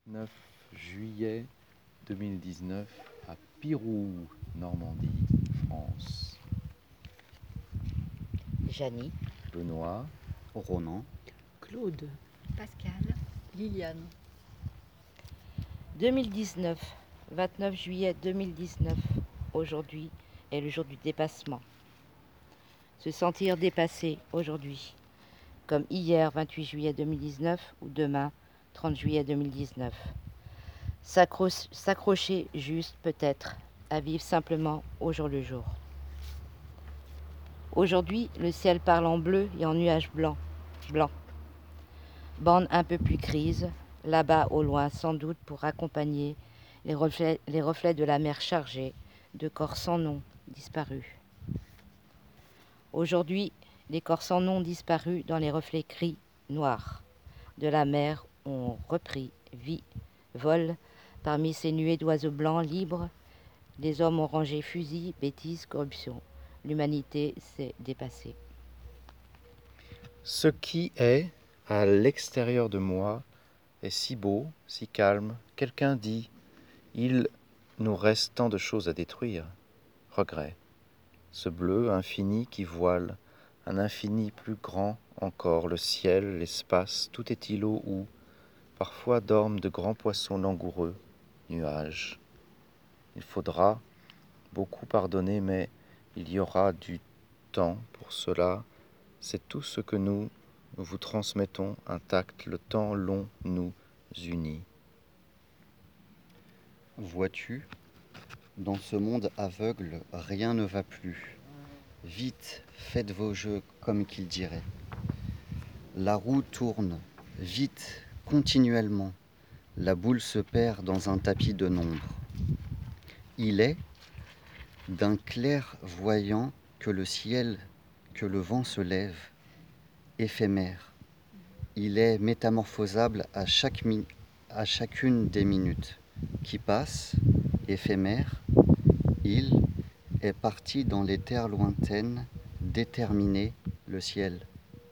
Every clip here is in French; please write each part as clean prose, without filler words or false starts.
9 juillet 2019 à Pirou, Normandie, France. Janie, Benoît, Ronan, Claude, Pascal, Liliane. 2019, 29 juillet 2019. Aujourd'hui est le jour du dépassement. Se sentir dépassé aujourd'hui, comme hier 28 juillet 2019 ou demain 30 juillet 2019. S'accrocher juste peut-être à vivre simplement au jour le jour. Aujourd'hui, le ciel parle en bleu et en nuages blancs. Bande un peu plus grise, là-bas au loin sans doute pour accompagner les reflets de la mer chargée de corps sans nom disparus. Aujourd'hui, les corps sans nom disparus dans les reflets gris, noirs de la mer ont repris vie, volent parmi ces nuées d'oiseaux blancs libres. Les hommes ont rangé fusils, bêtises, corruption. L'humanité s'est dépassée. ce qui est à l'extérieur de moi est si beau, si calme. Quelqu'un dit, il nous reste tant de choses à détruire. Regret. Ce bleu infini qui voile, un infini plus grand encore, le ciel, l'espace, tout est îlot où, parfois dorment de grands poissons langoureux, nuages. Il faudra beaucoup pardonner, mais il y aura du temps pour cela. C'est tout ce que nous vous transmettons intact. Le temps long nous unit. vois-tu, dans ce monde aveugle, rien ne va plus. Vite, faites vos jeux comme qu'il dirait. La roue tourne, vite, continuellement. La boule se perd dans un tapis de nombre. Il est d'un clairvoyant que le ciel, que le vent se lève, éphémère. Il est métamorphosable à chacune des minutes qui passent, éphémère. Il est parti dans les terres lointaines, déterminer le ciel.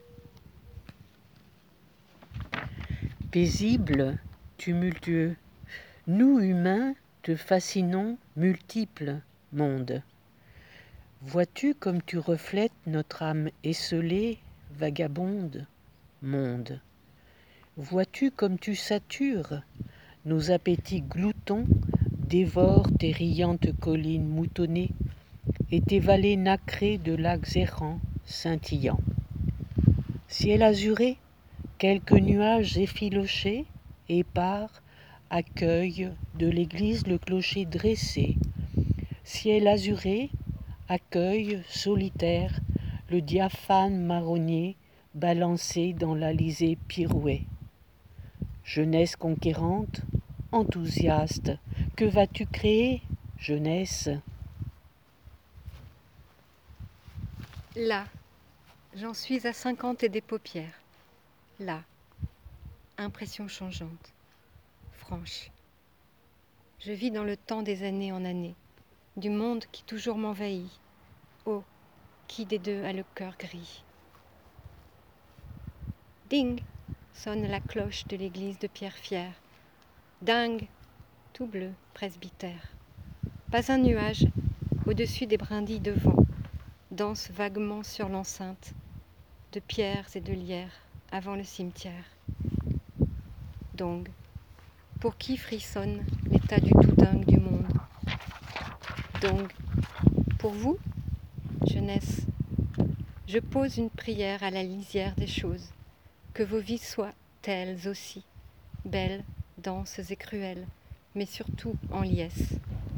Paisible, tumultueux, nous humains te fascinons multiples mondes. Vois-tu comme tu reflètes notre âme esselée, vagabonde, monde. Vois-tu comme tu satures nos appétits gloutons, dévorent tes riantes collines moutonnées et tes vallées nacrées de lacs errants scintillants. Ciel azuré, quelques nuages effilochés, épars, accueillent de l'église le clocher dressé. Ciel azuré, accueille, solitaire, le diaphane marronnier balancé dans l'Alizé pirouet. Jeunesse conquérante, enthousiaste, que vas-tu créer, jeunesse ? là, j'en suis à 50 et des paupières. Là, impression changeante, franche. Je vis dans le temps des années en années, du monde qui toujours m'envahit. Oh, qui des deux a le cœur gris ? Ding sonne la cloche de l'église de pierre fière. Dingue, tout bleu, presbytère. Pas un nuage, au-dessus des brindilles de vent, danse vaguement sur l'enceinte, de pierres et de lierres, avant le cimetière. Donc, pour qui frissonne l'état du tout dingue du monde ? Donc, pour vous, jeunesse, je pose une prière à la lisière des choses, que vos vies soient telles aussi, belles, denses et cruelles, mais surtout en liesse.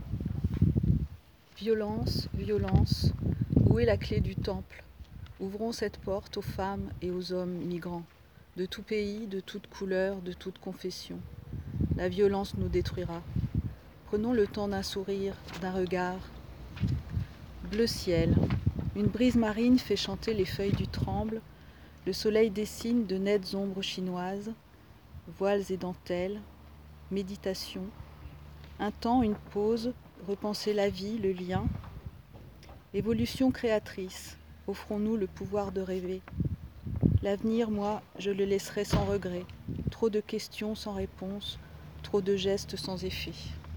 Violence, violence, où est la clé du temple ? Ouvrons cette porte aux femmes et aux hommes migrants, de tout pays, de toute couleur, de toute confession. La violence nous détruira. Prenons le temps d'un sourire, d'un regard. Bleu ciel, une brise marine fait chanter les feuilles du tremble, le soleil dessine de nettes ombres chinoises, voiles et dentelles, méditation, un temps, une pause, repenser la vie, le lien. Évolution créatrice, offrons-nous le pouvoir de rêver. L'avenir, moi, je le laisserai sans regret. Trop de questions sans réponse, trop de gestes sans effet.